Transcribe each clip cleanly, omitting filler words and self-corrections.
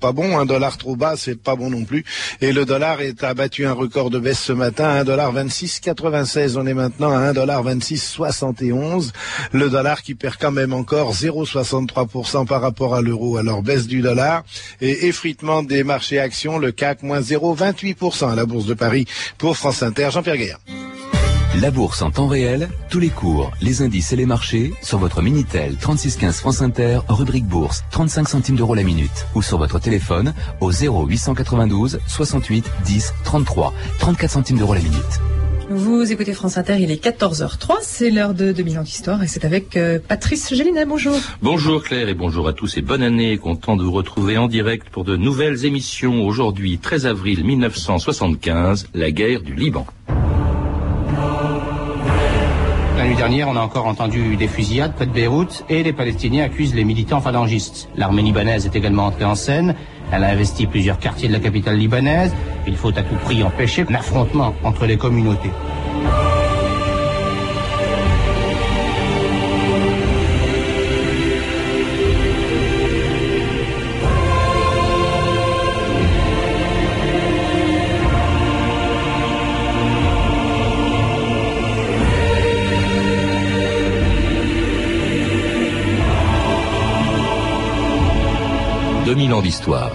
pas bon. Un dollar trop bas, c'est pas bon non plus. Et le dollar a battu un record de baisse ce matin, $1,2696. On est maintenant à $1,2671. Le dollar qui perd quand même encore 0,63% par rapport à l'euro. Alors baisse du dollar et effritement des marchés actions. Le CAC moins 0,28% à la Bourse de Paris. Pour France Inter, Jean-Pierre Gaillard. La bourse en temps réel, tous les cours, les indices et les marchés sur votre Minitel 3615 France Inter, rubrique bourse, 35 centimes d'euros la minute, ou sur votre téléphone au 0892 68 10 33, 34 centimes d'euros la minute. Vous écoutez France Inter, il est 14h03, c'est l'heure de 2000 ans d'histoire et c'est avec Patrice Gélinet, bonjour. Bonjour Claire et bonjour à tous et bonne année, content de vous retrouver en direct pour de nouvelles émissions. Aujourd'hui, 13 avril 1975, la guerre du Liban. La nuit dernière, on a encore entendu des fusillades près de Beyrouth et les Palestiniens accusent les militants phalangistes. L'armée libanaise est également entrée en scène. Elle a investi plusieurs quartiers de la capitale libanaise. Il faut à tout prix empêcher un affrontement entre les communautés. Ans d'histoire.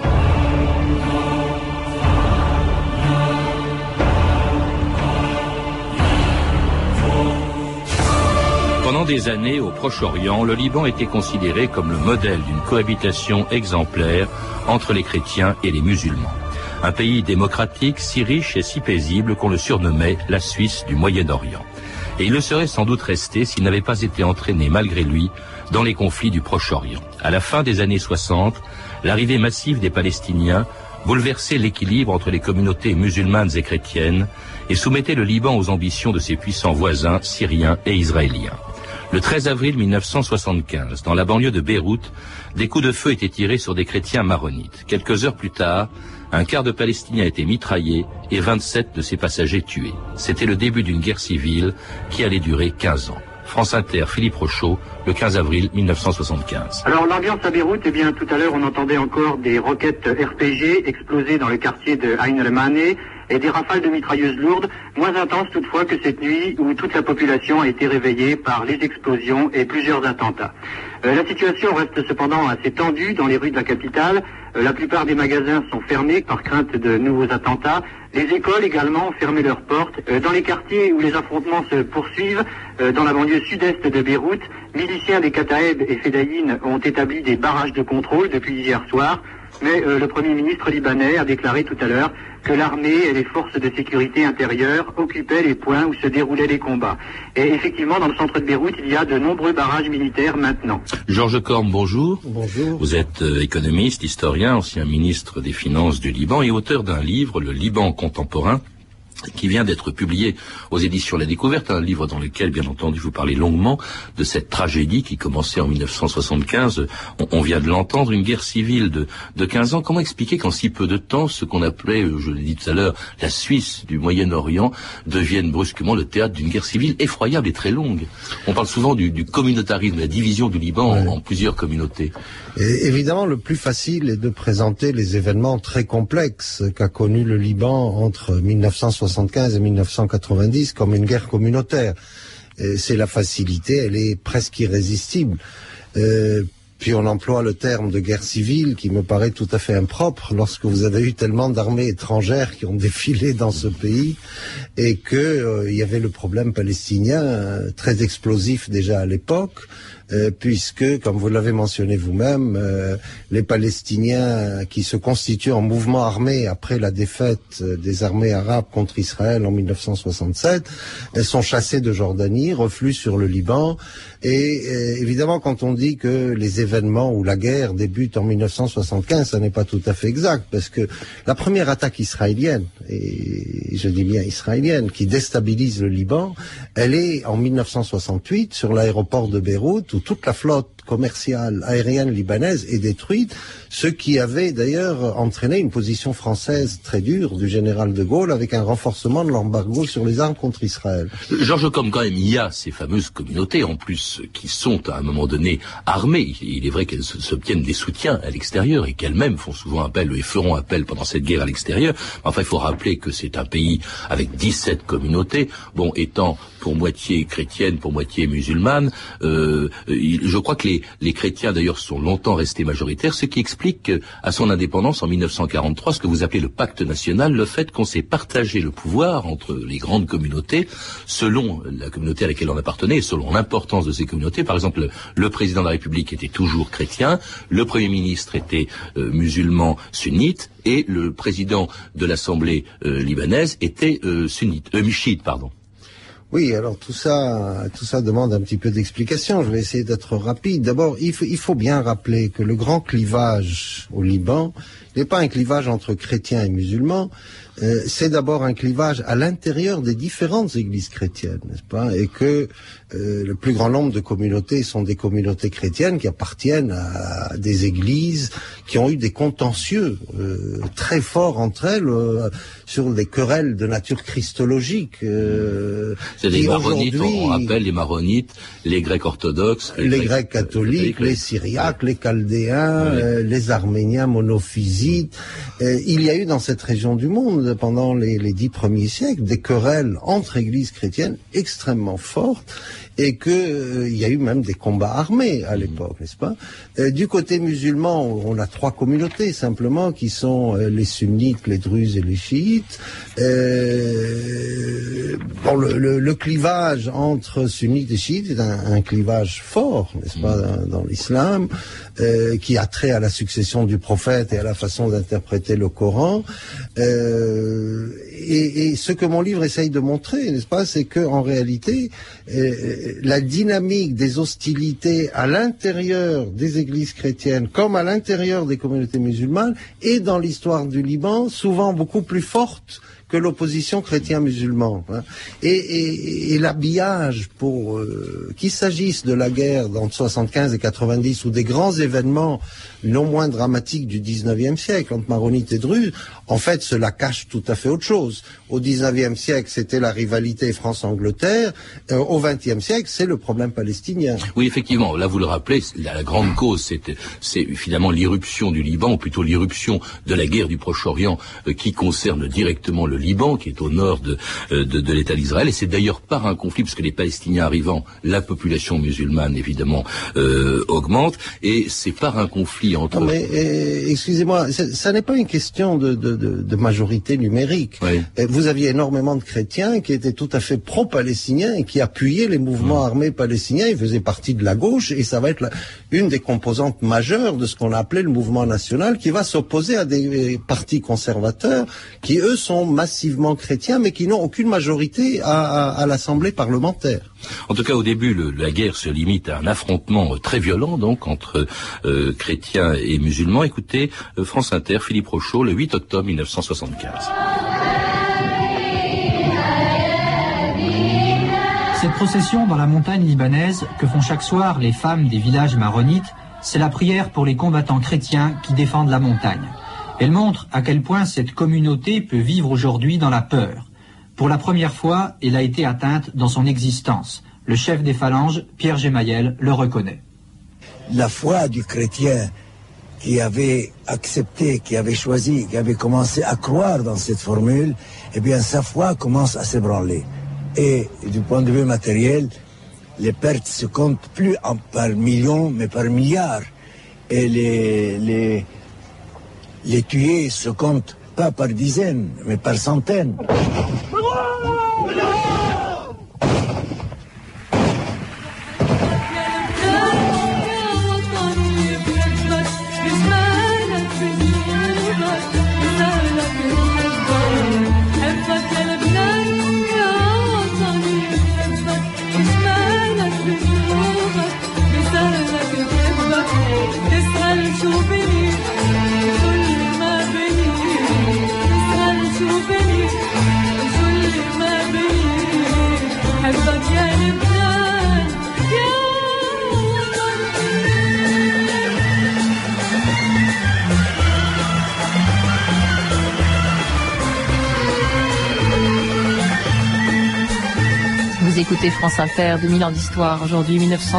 Pendant des années, au Proche-Orient, le Liban était considéré comme le modèle d'une cohabitation exemplaire entre les chrétiens et les musulmans. Un pays démocratique, si riche et si paisible qu'on le surnommait la Suisse du Moyen-Orient. Et il le serait sans doute resté s'il n'avait pas été entraîné malgré lui dans les conflits du Proche-Orient. À la fin des années 60, l'arrivée massive des Palestiniens bouleversait l'équilibre entre les communautés musulmanes et chrétiennes et soumettait le Liban aux ambitions de ses puissants voisins syriens et israéliens. Le 13 avril 1975, dans la banlieue de Beyrouth, des coups de feu étaient tirés sur des chrétiens maronites. Quelques heures plus tard, un quart de Palestiniens a été mitraillé et 27 de ses passagers tués. C'était le début d'une guerre civile qui allait durer 15 ans. France Inter, Philippe Rochaud, le 15 avril 1975. Alors l'ambiance à Beyrouth, eh bien tout à l'heure on entendait encore des roquettes RPG exploser dans le quartier de Ain el-Mané et des rafales de mitrailleuses lourdes, moins intenses toutefois que cette nuit où toute la population a été réveillée par les explosions et plusieurs attentats. La situation reste cependant assez tendue dans les rues de la capitale. La plupart des magasins sont fermés par crainte de nouveaux attentats. Les écoles également ont fermé leurs portes. Dans les quartiers où les affrontements se poursuivent, dans la banlieue sud-est de Beyrouth, miliciens des Kataeb et Fedaïn ont établi des barrages de contrôle depuis hier soir. Mais le Premier ministre libanais a déclaré tout à l'heure que l'armée et les forces de sécurité intérieure occupaient les points où se déroulaient les combats. Et effectivement, dans le centre de Beyrouth, il y a de nombreux barrages militaires maintenant. Georges Corme, bonjour. Bonjour. Vous êtes économiste, historien, ancien ministre des Finances du Liban et auteur d'un livre, Le Liban contemporain, qui vient d'être publié aux éditions La Découverte, un livre dans lequel, bien entendu, vous parlez longuement de cette tragédie qui commençait en 1975. On vient de l'entendre, une guerre civile de 15 ans. Comment expliquer qu'en si peu de temps, ce qu'on appelait, je l'ai dit tout à l'heure, la Suisse du Moyen-Orient, devienne brusquement le théâtre d'une guerre civile effroyable et très longue? On parle souvent du communautarisme, de la division du Liban en plusieurs communautés. Et évidemment, le plus facile est de présenter les événements très complexes qu'a connu le Liban entre 1975 et 1990 comme une guerre communautaire. C'est la facilité, elle est presque irrésistible. Puis on emploie le terme de guerre civile qui me paraît tout à fait impropre lorsque vous avez eu tellement d'armées étrangères qui ont défilé dans ce pays et que il y avait le problème palestinien très explosif déjà à l'époque. Puisque, comme vous l'avez mentionné vous-même, les Palestiniens qui se constituent en mouvement armé après la défaite des armées arabes contre Israël en 1967, sont chassés de Jordanie, refluent sur le Liban. Et évidemment, quand on dit que les événements ou la guerre débutent en 1975, ça n'est pas tout à fait exact, parce que la première attaque israélienne, et je dis bien israélienne, qui déstabilise le Liban, elle est en 1968 sur l'aéroport de Beyrouth, où toute la flotte commerciale aérienne libanaise est détruite, ce qui avait d'ailleurs entraîné une position française très dure du général de Gaulle avec un renforcement de l'embargo sur les armes contre Israël. Georges Combe, quand même, il y a ces fameuses communautés, en plus, qui sont à un moment donné armées. Il est vrai qu'elles s'obtiennent des soutiens à l'extérieur et qu'elles-mêmes font souvent appel et feront appel pendant cette guerre à l'extérieur. Enfin, il faut rappeler que c'est un pays avec 17 communautés, bon, étant pour moitié chrétienne, pour moitié musulmane. Je crois que les chrétiens, d'ailleurs, sont longtemps restés majoritaires, ce qui explique à son indépendance en 1943, ce que vous appelez le pacte national, le fait qu'on s'est partagé le pouvoir entre les grandes communautés selon la communauté à laquelle on appartenait et selon l'importance de ces communautés. Par exemple, le président de la République était toujours chrétien, le Premier ministre était musulman sunnite et le président de l'Assemblée libanaise était chiite, pardon. Oui, alors tout ça demande un petit peu d'explication. Je vais essayer d'être rapide. D'abord, il faut bien rappeler que le grand clivage au Liban n'est pas un clivage entre chrétiens et musulmans. C'est d'abord un clivage à l'intérieur des différentes églises chrétiennes, n'est-ce pas? Et que le plus grand nombre de communautés sont des communautés chrétiennes qui appartiennent à des églises qui ont eu des contentieux très forts entre elles sur des querelles de nature christologique. C'est les maronites, on rappelle les maronites, les Grecs orthodoxes, les Grecs catholiques, les Syriaques, les Chaldéens, les Arméniens monophysites. Il y a eu dans cette région du monde pendant les 10 premiers siècles des querelles entre églises chrétiennes extrêmement fortes et il y a eu même des combats armés à l'époque, n'est-ce pas? Du côté musulman, on a 3 communautés simplement qui sont les sunnites, les druzes et les chiites. Le clivage entre sunnites et chiites est un clivage fort, n'est-ce pas, dans l'islam, qui a trait à la succession du prophète et à la façon d'interpréter le Coran. Et ce que mon livre essaye de montrer, n'est-ce pas, c'est que en réalité, la dynamique des hostilités à l'intérieur des églises chrétiennes comme à l'intérieur des communautés musulmanes est dans l'histoire du Liban souvent beaucoup plus forte que l'opposition chrétien-musulman. Et l'habillage, qu'il s'agisse de la guerre entre 75 et 90 ou des grands événements non moins dramatiques du 19e siècle entre maronites et druzes, en fait cela cache tout à fait autre chose. Au 19e siècle, c'était la rivalité France-Angleterre. Au 20e siècle, c'est le problème palestinien. Oui, effectivement, là vous le rappelez, la grande cause, c'est finalement l'irruption du Liban, ou plutôt l'irruption de la guerre du Proche-Orient qui concerne directement le Liban, qui est au nord de l'État d'Israël, et c'est d'ailleurs par un conflit, parce que les Palestiniens arrivant, la population musulmane évidemment augmente, et c'est par un conflit entre... Non mais, excusez-moi, ça n'est pas une question de majorité numérique. Oui. Vous aviez énormément de chrétiens qui étaient tout à fait pro-palestiniens et qui appuyaient les mouvements armés palestiniens, ils faisaient partie de la gauche, et ça va être une des composantes majeures de ce qu'on a appelé le mouvement national, qui va s'opposer à des partis conservateurs qui, eux, sont massivement chrétiens, mais qui n'ont aucune majorité à l'Assemblée parlementaire. En tout cas, au début, la guerre se limite à un affrontement très violent, donc, entre chrétiens et musulmans. Écoutez, France Inter, Philippe Rochaud, le 8 octobre 1975. Cette procession dans la montagne libanaise que font chaque soir les femmes des villages maronites, c'est la prière pour les combattants chrétiens qui défendent la montagne. Elle montre à quel point cette communauté peut vivre aujourd'hui dans la peur. Pour la première fois, elle a été atteinte dans son existence. Le chef des phalanges, Pierre Gemayel, le reconnaît. La foi du chrétien qui avait accepté, qui avait choisi, qui avait commencé à croire dans cette formule, eh bien sa foi commence à s'ébranler. Et du point de vue matériel, les pertes se comptent plus par millions, mais par milliards. Et les tués se comptent pas par dizaines, mais par centaines. écoutez France Inter, 2000 ans d'histoire. Aujourd'hui,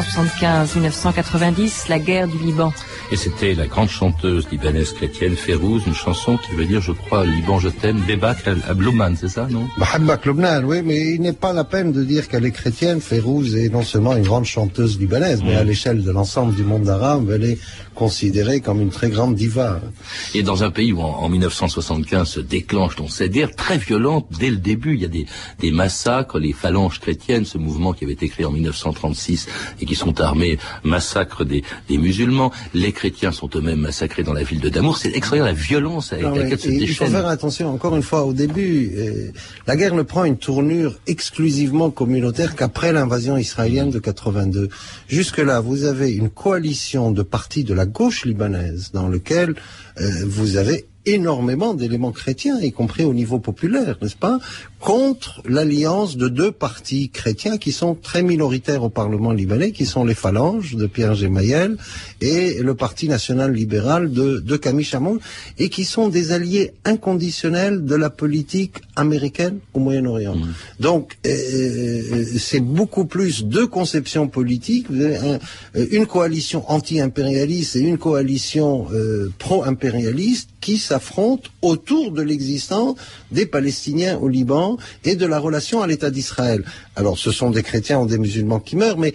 1975-1990, la guerre du Liban. Et c'était la grande chanteuse libanaise chrétienne Férouz, une chanson qui veut dire, je crois, Liban je t'aime, Bebak Ablouman, c'est ça, non? Bebak Ablouman, oui, mais il n'est pas la peine de dire qu'elle est chrétienne. Férouz est non seulement une grande chanteuse libanaise, mais à l'échelle de l'ensemble du monde arabe, elle est considérée comme une très grande diva. Et dans un pays où en 1975 se déclenche donc cette guerre très violente dès le début, il y a des massacres, les phalanges chrétiennes, ce mouvement qui avait été créé en 1936 et qui sont armés, massacrent des musulmans. Les chrétiens sont eux-mêmes massacrés dans la ville de Damour. C'est extraordinaire la violence avec laquelle se déchaîne. Il faut faire attention, encore une fois, au début, la guerre ne prend une tournure exclusivement communautaire qu'après l'invasion israélienne de 82. Jusque-là, vous avez une coalition de partis de la gauche libanaise dans lequel vous avez énormément d'éléments chrétiens, y compris au niveau populaire, n'est-ce pas, contre l'alliance de deux partis chrétiens qui sont très minoritaires au Parlement libanais, qui sont les Phalanges de Pierre Gemayel et le Parti national libéral de Camille Chamoun, et qui sont des alliés inconditionnels de la politique américaine au Moyen-Orient. Donc, c'est beaucoup plus deux conceptions politiques, une coalition anti-impérialiste et une coalition pro-impérialiste qui s'affrontent autour de l'existence des Palestiniens au Liban et de la relation à l'État d'Israël. Alors, ce sont des chrétiens ou des musulmans qui meurent, mais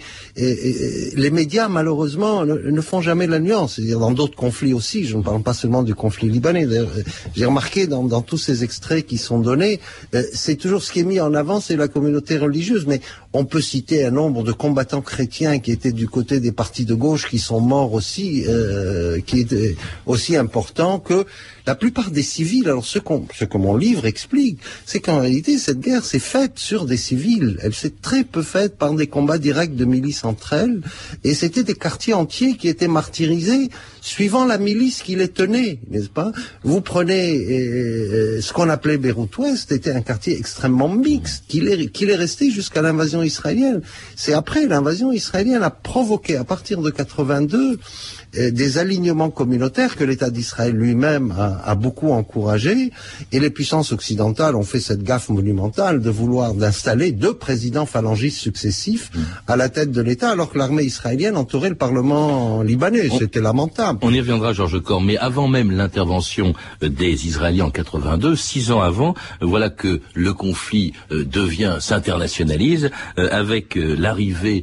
les médias, malheureusement, ne font jamais la nuance. C'est-à-dire, dans d'autres conflits aussi, je ne parle pas seulement du conflit libanais. D'ailleurs, j'ai remarqué dans tous ces extraits qui sont donnés, c'est toujours ce qui est mis en avant, c'est la communauté religieuse. Mais on peut citer un nombre de combattants chrétiens qui étaient du côté des partis de gauche, qui sont morts aussi, qui étaient aussi importants que la plupart des civils. Alors ce que mon livre explique, c'est qu'en réalité cette guerre s'est faite sur des civils. Elle s'est très peu faite par des combats directs de milices entre elles, et c'était des quartiers entiers qui étaient martyrisés suivant la milice qui les tenait, n'est-ce pas? Vous prenez ce qu'on appelait Beyrouth-Ouest, c'était un quartier extrêmement mixte, qu'il est resté jusqu'à l'invasion israélienne. C'est après l'invasion israélienne a provoqué, à partir de 82, des alignements communautaires que l'État d'Israël lui-même a beaucoup encouragé, et les puissances occidentales ont fait cette gaffe monumentale d'installer deux présidents phalangistes successifs à la tête de l'État, alors que l'armée israélienne entourait le Parlement libanais. C'était lamentable. On y reviendra, Georges Corr, mais avant même l'intervention des Israéliens en 82, 6 ans avant, voilà que le conflit s'internationalise avec l'arrivée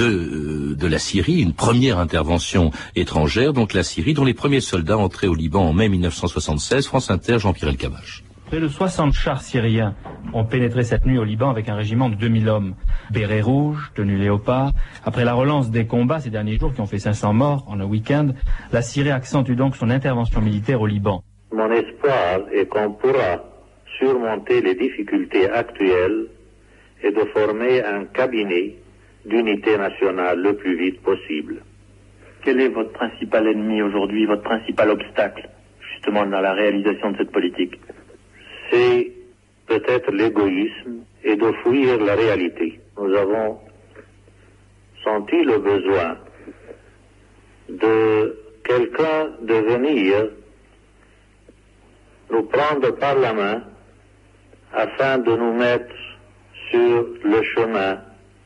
de la Syrie, une première intervention étrangère, donc la Syrie, dont les premiers soldats entraient au Liban en mai 1976. France Inter, Jean-Pierre Elkabbach. Près de 60 chars syriens ont pénétré cette nuit au Liban avec un régiment de 2000 hommes. Bérets rouges, tenues léopard. Après la relance des combats ces derniers jours qui ont fait 500 morts en un week-end, la Syrie accentue donc son intervention militaire au Liban. Mon espoir est qu'on pourra surmonter les difficultés actuelles et de former un cabinet d'unité nationale le plus vite possible. Quel est votre principal ennemi aujourd'hui, votre principal obstacle, justement, dans la réalisation de cette politique? C'est peut-être l'égoïsme et de fuir la réalité. Nous avons senti le besoin de quelqu'un de venir nous prendre par la main afin de nous mettre sur le chemin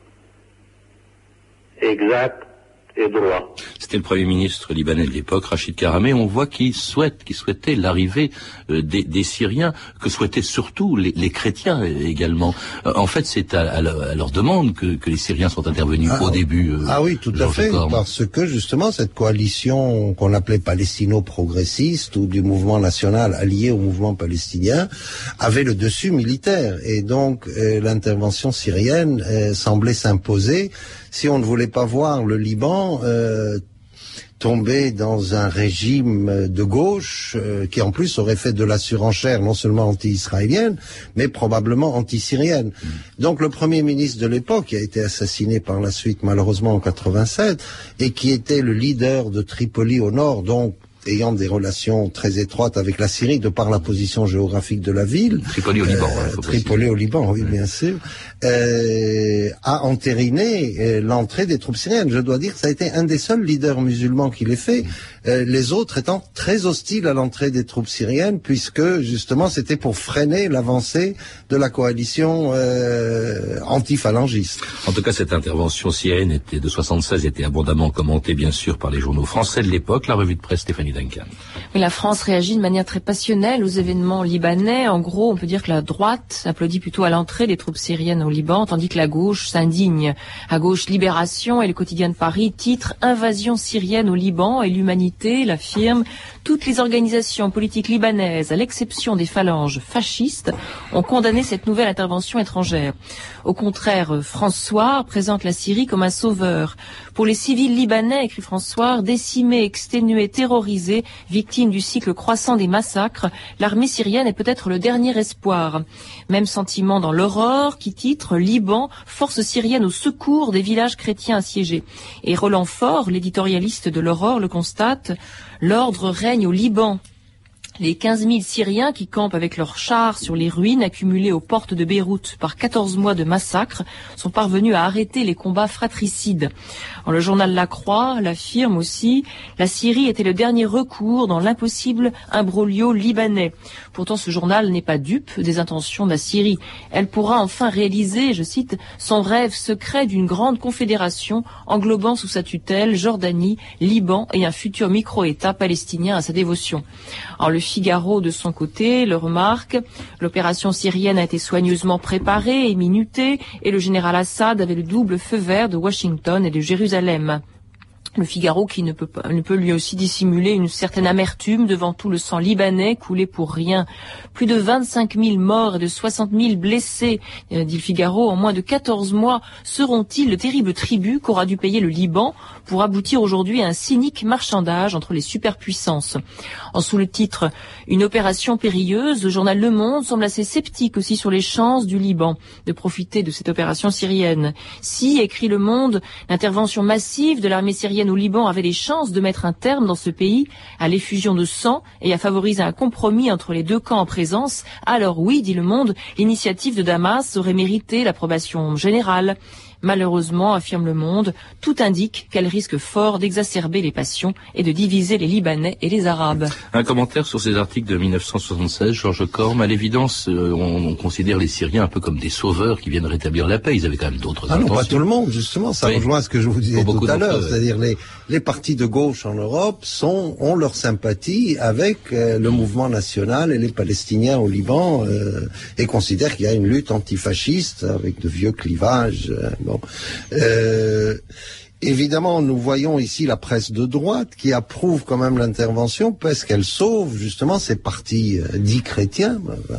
exact et droit. C'était le Premier ministre libanais de l'époque, Rachid Karameh. On voit qu'il souhaitait l'arrivée des Syriens, que souhaitaient surtout les chrétiens également. En fait, c'est à leur demande que les Syriens sont intervenus au début. Oui, tout à fait, parce que justement cette coalition qu'on appelait palestino-progressiste ou du mouvement national allié au mouvement palestinien avait le dessus militaire, et donc l'intervention syrienne semblait s'imposer si on ne voulait pas voir le Liban tomber dans un régime de gauche qui en plus aurait fait de la surenchère non seulement anti-israélienne, mais probablement anti-syrienne. Donc le Premier ministre de l'époque, qui a été assassiné par la suite malheureusement en 87, et qui était le leader de Tripoli au nord, donc ayant des relations très étroites avec la Syrie de par la position géographique de la ville. Tripoli au Liban. Tripoli au Liban, oui, bien sûr. A entériné l'entrée des troupes syriennes. Je dois dire que ça a été un des seuls leaders musulmans qui l'ait fait. les autres étant très hostiles à l'entrée des troupes syriennes, puisque justement c'était pour freiner l'avancée de la coalition anti-phalangiste. En tout cas, cette intervention syrienne de 76 était abondamment commentée, bien sûr, par les journaux français de l'époque. La revue de presse Stéphanie Duncan. Mais la France réagit de manière très passionnelle aux événements libanais. En gros, on peut dire que la droite applaudit plutôt à l'entrée des troupes syriennes au Liban, tandis que la gauche s'indigne. À gauche, Libération et le quotidien de Paris titre Invasion syrienne au Liban, et l'Humanité l'affirme. Toutes les organisations politiques libanaises, à l'exception des phalanges fascistes, ont condamné cette nouvelle intervention étrangère. Au contraire, François présente la Syrie comme un sauveur. Pour les civils libanais, écrit François, décimés, exténués, terrorisés, victimes du cycle croissant des massacres, l'armée syrienne est peut-être le dernier espoir. Même sentiment dans l'Aurore, qui titre Liban, force syrienne au secours des villages chrétiens assiégés. Et Roland Faure, l'éditorialiste de l'Aurore, le constate, l'ordre règne au Liban. Les 15 000 Syriens qui campent avec leurs chars sur les ruines accumulées aux portes de Beyrouth par 14 mois de massacre sont parvenus à arrêter les combats fratricides. Le journal La Croix l'affirme aussi, la Syrie était le dernier recours dans l'impossible imbroglio libanais. Pourtant, ce journal n'est pas dupe des intentions de la Syrie. Elle pourra enfin réaliser, je cite, son rêve secret d'une grande confédération englobant sous sa tutelle Jordanie, Liban et un futur micro-État palestinien à sa dévotion. Alors, le Figaro, de son côté, le remarque, l'opération syrienne a été soigneusement préparée et minutée, et le général Assad avait le double feu vert de Washington et de Jérusalem. Le Figaro qui ne peut lui aussi dissimuler une certaine amertume devant tout le sang libanais coulé pour rien. Plus de 25 000 morts et de 60 000 blessés, dit le Figaro, en moins de 14 mois, seront-ils le terrible tribut qu'aura dû payer le Liban pour aboutir aujourd'hui à un cynique marchandage entre les superpuissances. En sous le titre « Une opération périlleuse », le journal Le Monde semble assez sceptique aussi sur les chances du Liban de profiter de cette opération syrienne. Si, écrit Le Monde, l'intervention massive de l'armée syrienne au Liban avait des chances de mettre un terme dans ce pays à l'effusion de sang et à favoriser un compromis entre les deux camps en présence, alors oui, dit Le Monde, l'initiative de Damas aurait mérité l'approbation générale. Malheureusement, affirme Le Monde, tout indique qu'elle risque fort d'exacerber les passions et de diviser les Libanais et les Arabes. Un commentaire sur ces articles de 1976, Georges Corme. À l'évidence, on considère les Syriens un peu comme des sauveurs qui viennent rétablir la paix. Ils avaient quand même d'autres intentions. Non, pas tout le monde, justement. Ça rejoint à ce que je vous disais tout à l'heure. C'est-à-dire les partis de gauche en Europe ont leur sympathie avec le mouvement national et les Palestiniens au Liban et considèrent qu'il y a une lutte antifasciste avec de vieux clivages. Évidemment, nous voyons ici la presse de droite qui approuve quand même l'intervention parce qu'elle sauve justement ces partis dits chrétiens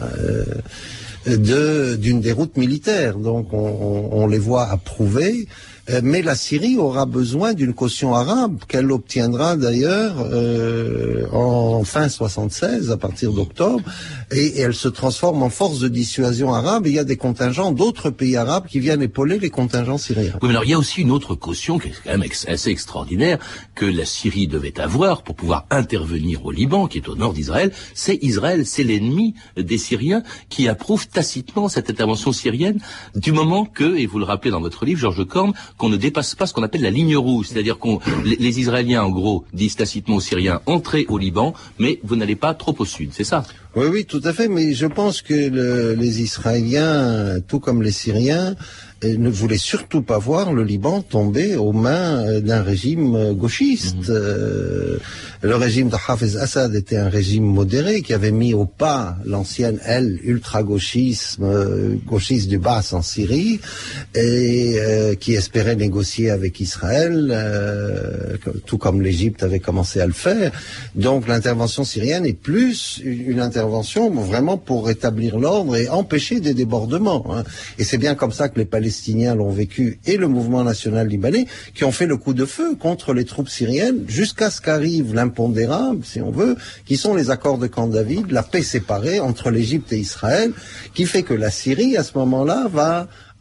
d'une déroute militaire. Donc on les voit approuver. Mais la Syrie aura besoin d'une caution arabe qu'elle obtiendra d'ailleurs en fin 76, à partir d'octobre, et elle se transforme en force de dissuasion arabe. Et il y a des contingents d'autres pays arabes qui viennent épauler les contingents syriens. Oui, mais alors il y a aussi une autre caution qui est quand même assez extraordinaire que la Syrie devait avoir pour pouvoir intervenir au Liban, qui est au nord d'Israël. C'est Israël, c'est l'ennemi des Syriens qui approuve tacitement cette intervention syrienne du moment que, et vous le rappelez dans votre livre, Georges Corme, qu'on ne dépasse pas ce qu'on appelle la ligne rouge, c'est-à-dire les Israéliens, en gros, disent tacitement aux Syriens, entrez au Liban, mais vous n'allez pas trop au sud, c'est ça? Oui, tout à fait, mais je pense que les Israéliens, tout comme les Syriens, ne voulaient surtout pas voir le Liban tomber aux mains d'un régime gauchiste. Le régime de Hafez Assad était un régime modéré qui avait mis au pas l'ancienne aile ultra-gauchisme, gauchiste du Baas en Syrie, et qui espérait négocier avec Israël, tout comme l'Égypte avait commencé à le faire. Donc l'intervention syrienne est plus une intervention vraiment pour rétablir l'ordre et empêcher des débordements. Et c'est bien comme ça que les Palestiniens l'ont vécu, et le mouvement national libanais, qui ont fait le coup de feu contre les troupes syriennes jusqu'à ce qu'arrive l'impondérable, si on veut, qui sont les accords de Camp David, la paix séparée entre l'Égypte et Israël, qui fait que la Syrie, à ce moment-là, va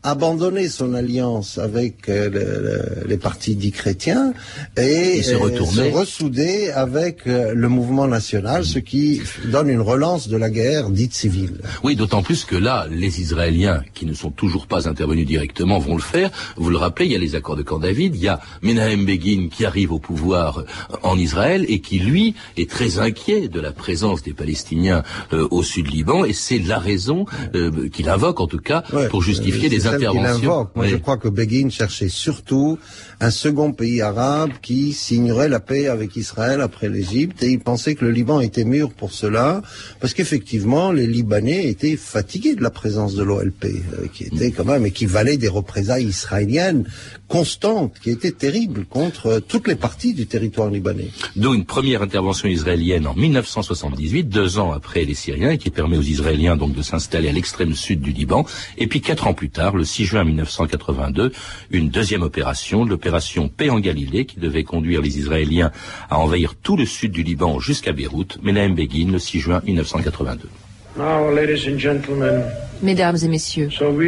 abandonné son alliance avec les partis dits chrétiens et se ressouder avec le mouvement national, ce qui donne une relance de la guerre dite civile. Oui, d'autant plus que là, les Israéliens, qui ne sont toujours pas intervenus directement, vont le faire. Vous le rappelez, il y a les accords de Camp David, il y a Menahem Begin qui arrive au pouvoir en Israël et qui, lui, est très inquiet de la présence des Palestiniens au sud Liban, et c'est la raison qu'il invoque, en tout cas, pour justifier des interventions. Moi, je crois que Begin cherchait surtout un second pays arabe qui signerait la paix avec Israël après l'Égypte, et il pensait que le Liban était mûr pour cela, parce qu'effectivement, les Libanais étaient fatigués de la présence de l'OLP, qui était quand même équivalait des représailles israéliennes constantes, qui étaient terribles contre toutes les parties du territoire libanais. D'où une première intervention israélienne en 1978, 2 ans après les Syriens, qui permet aux Israéliens donc de s'installer à l'extrême sud du Liban. Et puis 4 ans plus tard, le 6 juin 1982, une deuxième opération, l'opération Paix en Galilée, qui devait conduire les Israéliens à envahir tout le sud du Liban jusqu'à Beyrouth. Menahem Begin, le 6 juin 1982. Now, ladies and gentlemen, Mesdames et messieurs,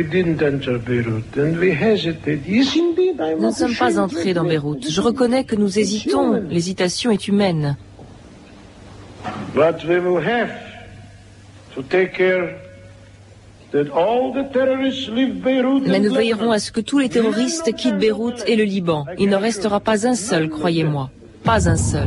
nous ne sommes pas entrés dans Beyrouth. Je reconnais que nous hésitons. L'hésitation est humaine. But we will have to take care that all the terrorists leave Beirut. Mais nous veillerons à ce que tous les terroristes quittent Beyrouth et le Liban. Il n'en restera pas un seul, croyez-moi. Pas un seul.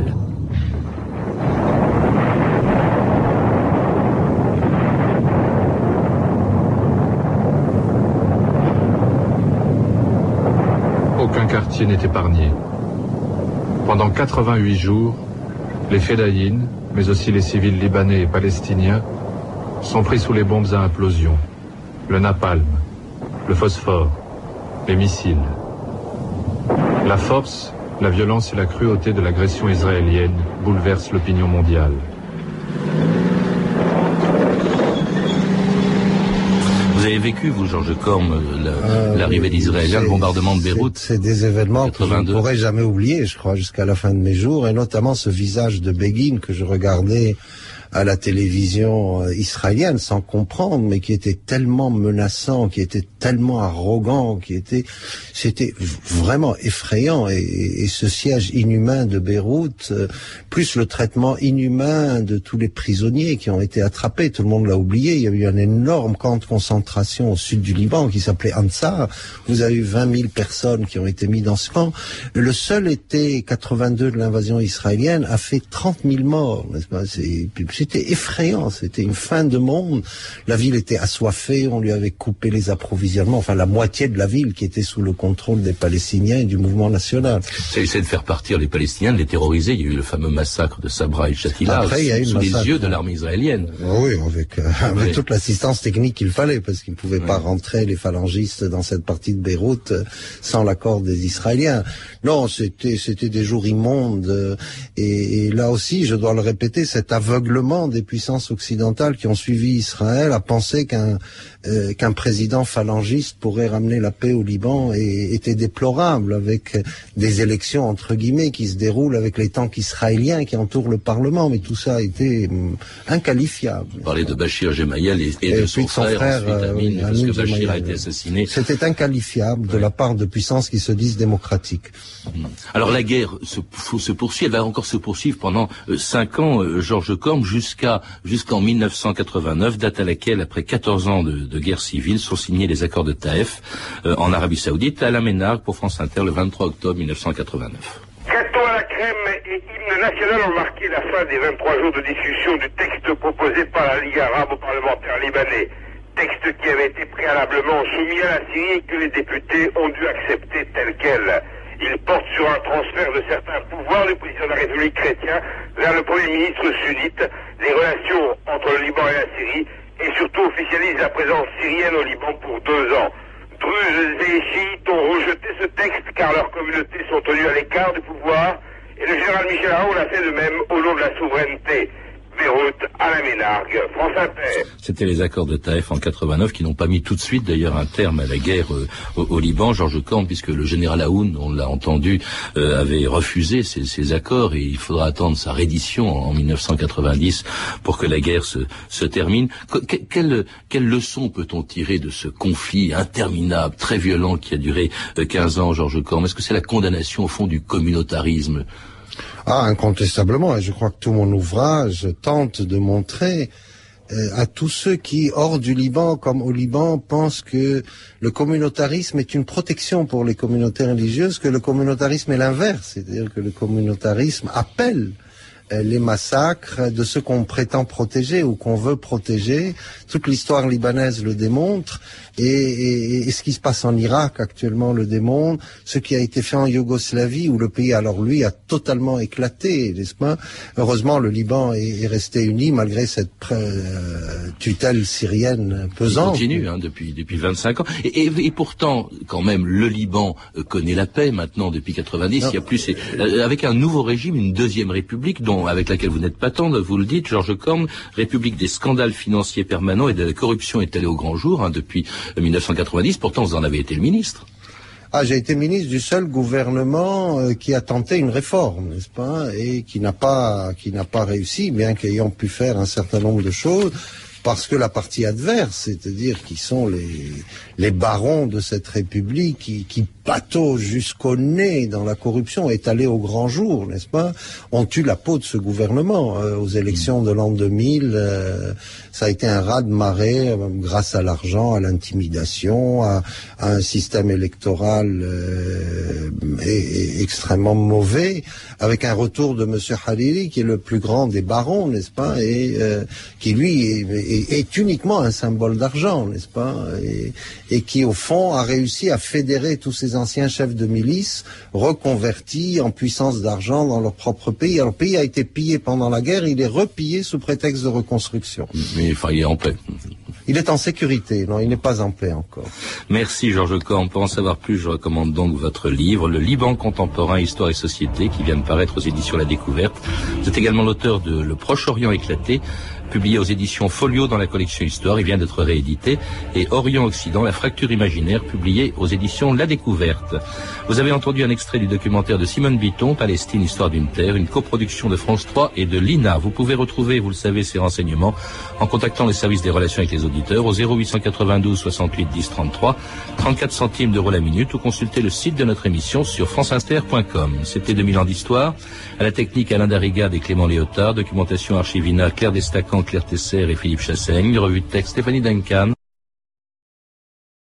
Aucun quartier n'est épargné. Pendant 88 jours, les fédayines, mais aussi les civils libanais et palestiniens, sont pris sous les bombes à implosion, le napalm, le phosphore, les missiles. La force, la violence et la cruauté de l'agression israélienne bouleversent l'opinion mondiale. Vous avez vécu, vous, Georges Corme, l'arrivée d'Israéliens, le bombardement de Beyrouth? C'est des événements que je ne pourrai jamais oublier, je crois, jusqu'à la fin de mes jours, et notamment ce visage de Begin que je regardais à la télévision israélienne sans comprendre, mais qui était tellement menaçant, qui était tellement arrogant, c'était vraiment effrayant. Et ce siège inhumain de Beyrouth, plus le traitement inhumain de tous les prisonniers qui ont été attrapés, tout le monde l'a oublié. Il y a eu un énorme camp de concentration au sud du Liban qui s'appelait Ansar. Vous avez eu 20 000 personnes qui ont été mises dans ce camp. Le seul été 82 de l'invasion israélienne a fait 30 000 morts, n'est-ce pas? C'était effrayant, c'était une fin de monde. La ville était assoiffée, on lui avait coupé les approvisionnements, enfin la moitié de la ville qui était sous le contrôle des Palestiniens et du mouvement national. Ça essaie de faire partir les Palestiniens, de les terroriser. Il y a eu le fameux massacre de Sabra et Shatila sous les yeux de l'armée israélienne. Oui, avec toute l'assistance technique qu'il fallait, parce qu'ils ne pouvaient pas rentrer, les phalangistes, dans cette partie de Beyrouth sans l'accord des Israéliens. Non, c'était des jours immondes. Et là aussi, je dois le répéter, cet aveuglement des puissances occidentales qui ont suivi Israël à penser qu'un président phalangiste pourrait ramener la paix au Liban était déplorable, avec des élections entre guillemets qui se déroulent avec les tanks israéliens qui entourent le Parlement, mais tout ça a été inqualifiable. Vous parlez de Bachir Gemayel et de son frère ensuite, parce que Bachir a été assassiné. C'était inqualifiable de la part de puissances qui se disent démocratiques. Alors la guerre se poursuit, elle va encore se poursuivre pendant 5 ans, Georges Corme, jusqu'en 1989, date à laquelle, après 14 ans de guerre civile, sont signés les accords de Taïf en Arabie Saoudite. Alain Ménard pour France Inter, le 23 octobre 1989. Gâteau à la crème et hymne national ont marqué la fin des 23 jours de discussion du texte proposé par la Ligue arabe aux parlementaires libanais. Texte qui avait été préalablement soumis à la Syrie et que les députés ont dû accepter tel quel. Il porte sur un transfert de certains pouvoirs du président de la République chrétien vers le Premier ministre sunnite, les relations entre le Liban et la Syrie, et surtout officialise la présence syrienne au Liban pour 2 ans. Druzes et chiites ont rejeté ce texte car leurs communautés sont tenues à l'écart du pouvoir, et le général Michel Aoun l'a fait de même au nom de la souveraineté. Beyrouth, Alain Ménargue, France Inter. C'était les accords de Taïf en 89 qui n'ont pas mis tout de suite d'ailleurs un terme à la guerre au Liban. Georges Corne, puisque le général Aoun, on l'a entendu, avait refusé ces accords et il faudra attendre sa reddition en 1990 pour que la guerre se termine. Quelle leçon peut-on tirer de ce conflit interminable, très violent qui a duré 15 ans, Georges Corne? Est-ce que c'est la condamnation au fond du communautarisme? Ah, incontestablement, et je crois que tout mon ouvrage tente de montrer à tous ceux qui, hors du Liban comme au Liban, pensent que le communautarisme est une protection pour les communautés religieuses, que le communautarisme est l'inverse, c'est-à-dire que le communautarisme appelle les massacres de ceux qu'on prétend protéger ou qu'on veut protéger. Toute l'histoire libanaise le démontre, et ce qui se passe en Irak actuellement le démontre, ce qui a été fait en Yougoslavie, où le pays, alors lui, a totalement éclaté, n'est-ce pas? Heureusement, le Liban est resté uni malgré cette tutelle syrienne pesante. Il continue depuis 25 ans. Et pourtant, quand même, le Liban connaît la paix maintenant depuis 90. Non. Il y a plus, avec un nouveau régime, une deuxième république, avec laquelle vous n'êtes pas tendre, vous le dites, Georges Corne, république des scandales financiers permanents et de la corruption est allée au grand jour depuis 1990. Pourtant, vous en avez été le ministre. Ah, j'ai été ministre du seul gouvernement qui a tenté une réforme, n'est-ce pas, et qui n'a pas réussi, bien qu'ayant pu faire un certain nombre de choses. Parce que la partie adverse, c'est-à-dire qui sont les barons de cette république qui pataugent jusqu'au nez dans la corruption, est allé au grand jour, n'est-ce pas, ont eu la peau de ce gouvernement. Aux élections de l'an 2000, ça a été un raz-de-marée grâce à l'argent, à l'intimidation, à un système électoral extrêmement mauvais, avec un retour de M. Hariri, qui est le plus grand des barons, n'est-ce pas, et qui lui est uniquement un symbole d'argent, n'est-ce pas, et qui au fond a réussi à fédérer tous ces anciens chefs de milice reconvertis en puissance d'argent dans leur propre pays. Alors le pays a été pillé pendant la guerre, il est repillé sous prétexte de reconstruction. Mais il est en paix. Il est en sécurité, non, il n'est pas en paix encore. Merci Georges Corne. Pour en savoir plus, je recommande donc votre livre, Le Liban contemporain, Histoire et Société, qui vient de paraître aux éditions La Découverte. Vous êtes également l'auteur de Le Proche-Orient éclaté, publié aux éditions Folio dans la collection Histoire, il vient d'être réédité, et Orient-Occident, la fracture imaginaire, publié aux éditions La Découverte. Vous avez entendu un extrait du documentaire de Simone Bitton, Palestine, Histoire d'une terre, une coproduction de France 3 et de l'INA. Vous pouvez retrouver, vous le savez, ces renseignements en contactant les services des relations avec les auditeurs au 0892 68 10 33, 34 centimes d'euros la minute, ou consulter le site de notre émission sur franceinter.com. C'était 2000 ans d'histoire. À la technique, Alain Darrigade et Clément Léotard, documentation Archivina, Claire Destacan, Claire Tesser et Philippe Chassaigne, revue de texte Stéphanie Duncan.